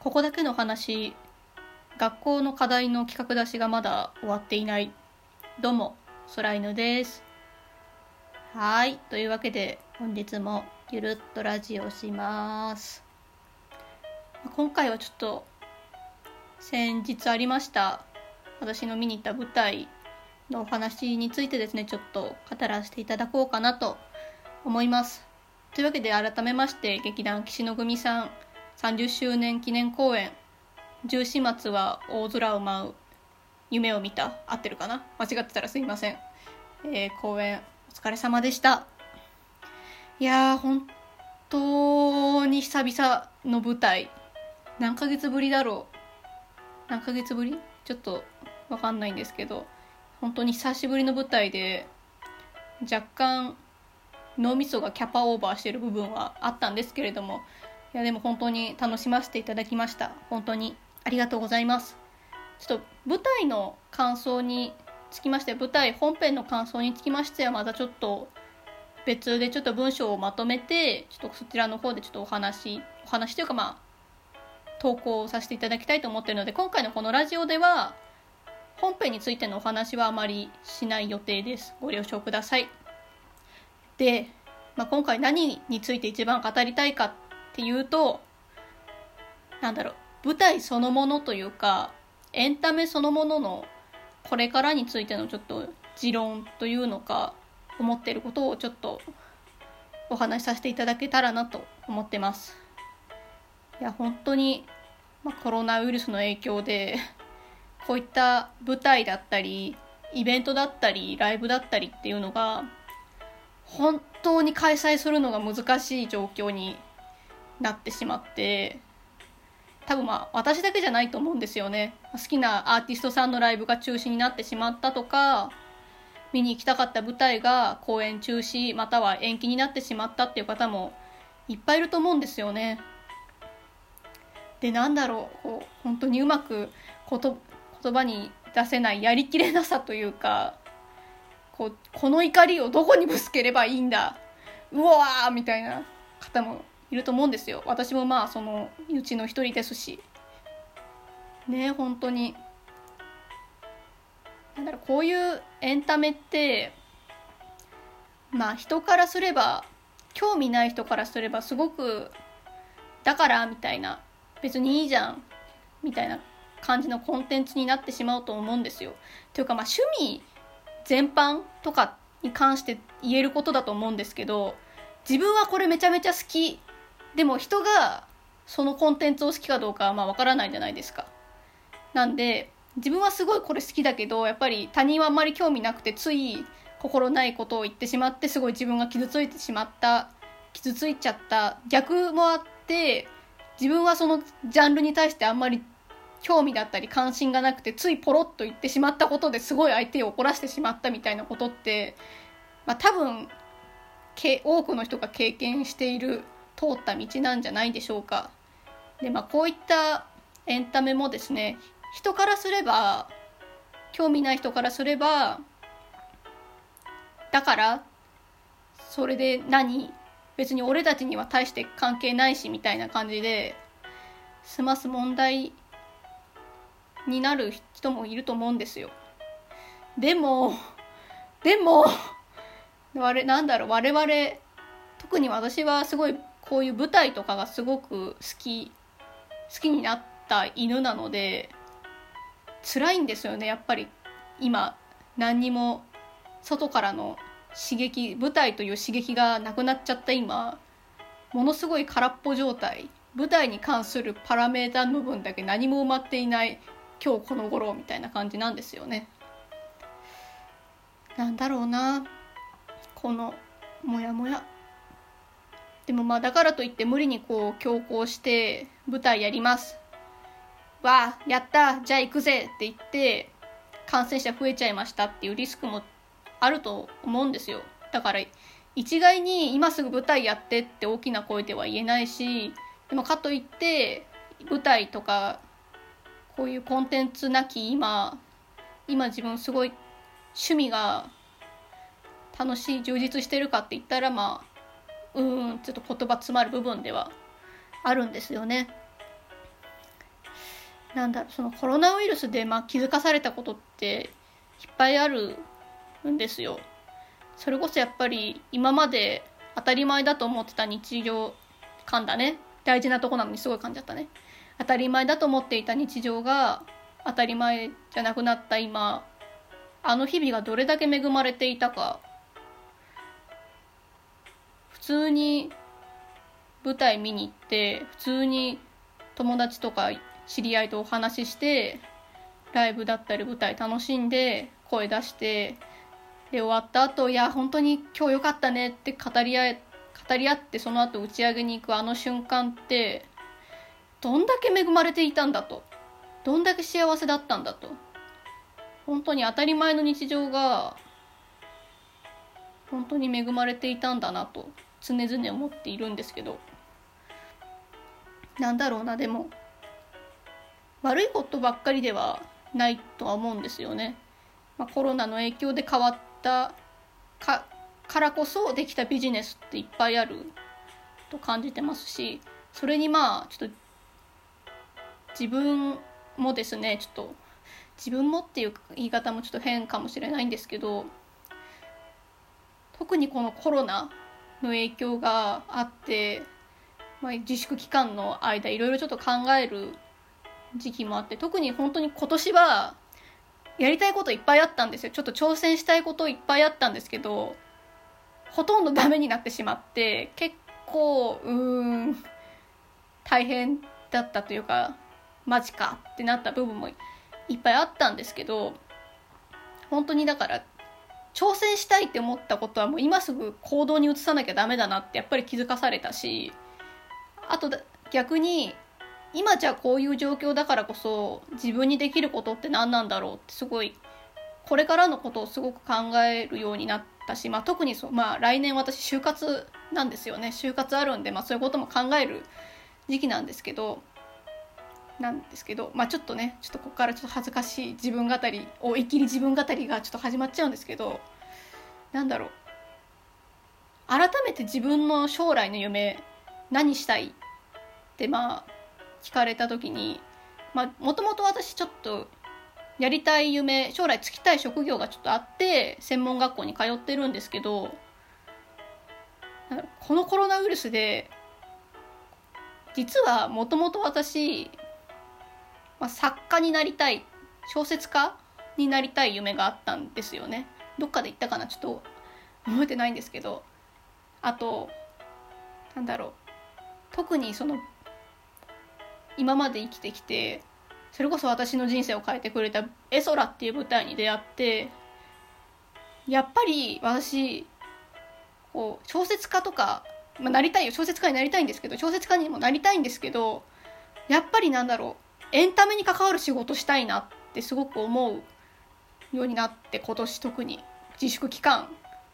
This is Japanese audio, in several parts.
ここだけの話、学校の課題の企画出しがまだ終わっていない。どうも、空犬です。はい、というわけで本日もゆるっとラジオします。今回はちょっと先日ありました私の見に行った舞台のお話についてですね、ちょっと語らせていただこうかなと思います。というわけで改めまして、劇団岸野組さん30周年記念公演、十四末は大空を舞う夢を見た、合ってるかな、間違ってたらすいません。公演お疲れ様でした。いやー、本当に久々の舞台。何ヶ月ぶりだろう。何ヶ月ぶりちょっとわかんないんですけど、本当に久しぶりの舞台で、若干脳みそがキャパオーバーしてる部分はあったんですけれども、いやでも本当に楽しませていただきました。本当にありがとうございます。ちょっと舞台の感想につきまして、舞台本編の感想につきましてはまたちょっと別でちょっと文章をまとめて、ちょっとそちらの方でちょっとお話というか投稿させていただきたいと思っているので、今回のこのラジオでは本編についてのお話はあまりしない予定です。ご了承ください。で、今回何について一番語りたいかっていうと、舞台そのものというかエンタメそのもののこれからについてのちょっと持論というのか、思っていることをちょっとお話しさせていただけたらなと思ってます。いや本当に、コロナウイルスの影響でこういった舞台だったりイベントだったりライブだったりっていうのが本当に開催するのが難しい状況になってしまって、多分私だけじゃないと思うんですよね。好きなアーティストさんのライブが中止になってしまったとか、見に行きたかった舞台が公演中止または延期になってしまったっていう方もいっぱいいると思うんですよね。で、本当にうまく言葉に出せないやりきれなさというか、この怒りをどこにぶつければいいんだ、うわーみたいな方もいると思うんですよ。私もそのうちの一人ですしね。本当にこういうエンタメって人からすれば、興味ない人からすればすごくだからみたいな、別にいいじゃんみたいな感じのコンテンツになってしまうと思うんですよ。というか趣味全般とかに関して言えることだと思うんですけど、自分はこれめちゃめちゃ好きでも人がそのコンテンツを好きかどうかはわからないじゃないですか。なんで自分はすごいこれ好きだけど、やっぱり他人はあんまり興味なくてつい心ないことを言ってしまって、すごい自分が傷ついちゃった逆もあって、自分はそのジャンルに対してあんまり興味だったり関心がなくてついポロッと言ってしまったことですごい相手を怒らせてしまったみたいなことって、多分多くの人が経験している通った道なんじゃないでしょうか。で、こういったエンタメもですね、人からすれば、興味ない人からすれば、だからそれで別に俺たちには大して関係ないしみたいな感じで済ます問題になる人もいると思うんですよ。でも我々、特に私はすごいこういう舞台とかがすごく好きになった犬なので、辛いんですよね。やっぱり今何にも外からの舞台という刺激がなくなっちゃった今、ものすごい空っぽ状態、舞台に関するパラメータの部分だけ何も埋まっていない今日この頃みたいな感じなんですよね。このモヤモヤ。でもだからといって無理に強行して舞台やります、わーやったじゃあ行くぜって言って感染者増えちゃいましたっていうリスクもあると思うんですよ。だから一概に今すぐ舞台やってって大きな声では言えないし、でもかといって舞台とかこういうコンテンツなき今自分すごい趣味が楽しい充実してるかって言ったらちょっと言葉詰まる部分ではあるんですよね。 そのコロナウイルスで気づかされたことっていっぱいあるんですよ。それこそやっぱり今まで当たり前だと思ってた日常感だね、大事なとこなのにすごい感じちゃったね。当たり前だと思っていた日常が当たり前じゃなくなった今、あの日々がどれだけ恵まれていたか。普通に舞台見に行って普通に友達とか知り合いとお話しして、ライブだったり舞台楽しんで声出して、で終わった後、いや本当に今日良かったねって語り合って、その後打ち上げに行くあの瞬間って、どんだけ恵まれていたんだと、どんだけ幸せだったんだと、本当に当たり前の日常が本当に恵まれていたんだなと常々思っているんですけど、でも悪いことばっかりではないとは思うんですよね。コロナの影響で変わったからこそできたビジネスっていっぱいあると感じてますし、それにちょっと自分もですね、ちょっと自分もっていう言い方もちょっと変かもしれないんですけど、特にこのコロナの影響があって、自粛期間の間いろいろちょっと考える時期もあって、特に本当に今年はやりたいこといっぱいあったんですよ。ちょっと挑戦したいこといっぱいあったんですけど、ほとんどダメになってしまって、結構大変だったというか、マジかってなった部分もいっぱいあったんですけど、本当にだから挑戦したいって思ったことはもう今すぐ行動に移さなきゃダメだなってやっぱり気づかされたし、あと逆に今じゃこういう状況だからこそ自分にできることって何なんだろうって、すごいこれからのことをすごく考えるようになったし、特に来年私就活なんですよね。就活あるんで、そういうことも考える時期なんですけど、ちょっとここからちょっと恥ずかしい自分語り、追い切り自分語りがちょっと始まっちゃうんですけど、改めて自分の将来の夢何したいって聞かれた時に、もともと私ちょっとやりたい夢、将来就きたい職業がちょっとあって専門学校に通ってるんですけど、このコロナウイルスで実はもともと私、作家になりたい、小説家になりたい夢があったんですよね。どっかで言ったかな、ちょっと覚えてないんですけど、あと特に今まで生きてきて、それこそ私の人生を変えてくれたエソラっていう舞台に出会って、やっぱり私小説家とか、なりたいよ、小説家になりたいんですけど、小説家にもなりたいんですけど、やっぱりエンタメに関わる仕事したいなってすごく思うようになって、今年特に自粛期間、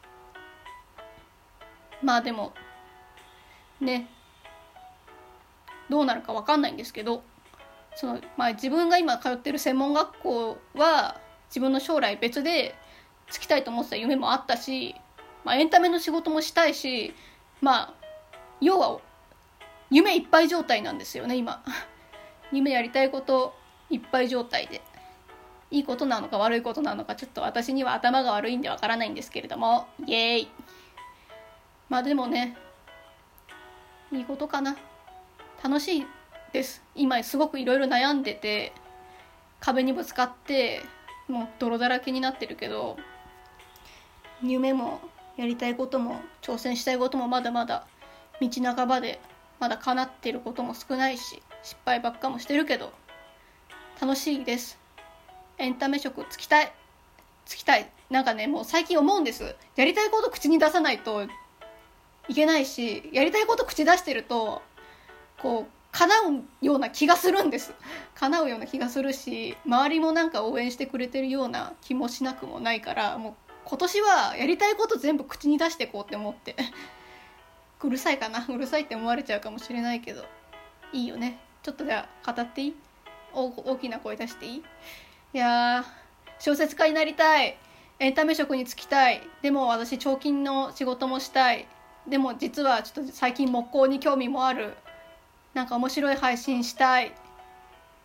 でもね、どうなるか分かんないんですけど、自分が今通ってる専門学校は自分の将来別で就きたいと思ってた夢もあったし、エンタメの仕事もしたいし、要は夢いっぱい状態なんですよね今。夢やりたいこといっぱい状態で、いいことなのか悪いことなのかちょっと私には頭が悪いんでわからないんですけれども、イエーイ。でもね、いいことかな。楽しいです。今すごくいろいろ悩んでて、壁にぶつかってもう泥だらけになってるけど、夢もやりたいことも挑戦したいこともまだまだ道半ばで、まだ叶ってることも少ないし、失敗ばっかもしてるけど楽しいです。エンタメ職つきたい。もう最近思うんです。やりたいこと口に出さないといけないし、やりたいこと口出してると叶うような気がするんです。叶うような気がするし、周りも応援してくれてるような気もしなくもないから、もう今年はやりたいこと全部口に出していこうって思ってうるさいかな、うるさいって思われちゃうかもしれないけど、いいよね。ちょっとじゃあ語っていい？大きな声出していい？いや小説家になりたい、エンタメ職に就きたい、でも私彫金の仕事もしたい、でも実はちょっと最近木工に興味もある、面白い配信したい、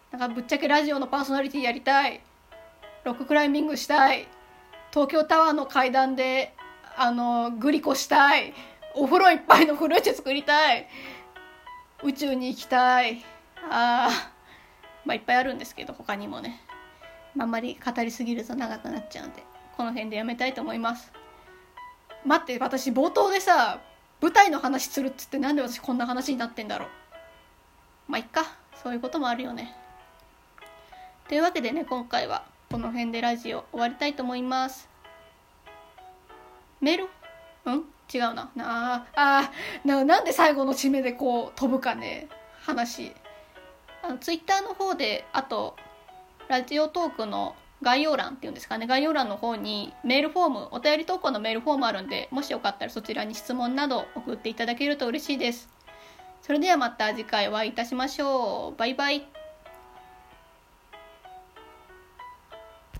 なんかぶっちゃけラジオのパーソナリティやりたい、ロッククライミングしたい、東京タワーの階段でグリコしたい、お風呂いっぱいのフルーチェ作りたい、宇宙に行きたい、いっぱいあるんですけど、他にもね、あんまり語りすぎると長くなっちゃうんで、この辺でやめたいと思います。待って、私冒頭でさ、舞台の話するっつって、なんで私こんな話になってんだろう。いっか、そういうこともあるよね。というわけでね、今回はこの辺でラジオ終わりたいと思います。メール違うな。なんで最後の締めでこう飛ぶかね、話。ツイッターの方で、あとラジオトークの概要欄っていうんですかね、概要欄の方にメールフォーム、お便り投稿のメールフォームあるんで、もしよかったらそちらに質問など送っていただけると嬉しいです。それではまた次回お会いいたしましょう。バイバイ。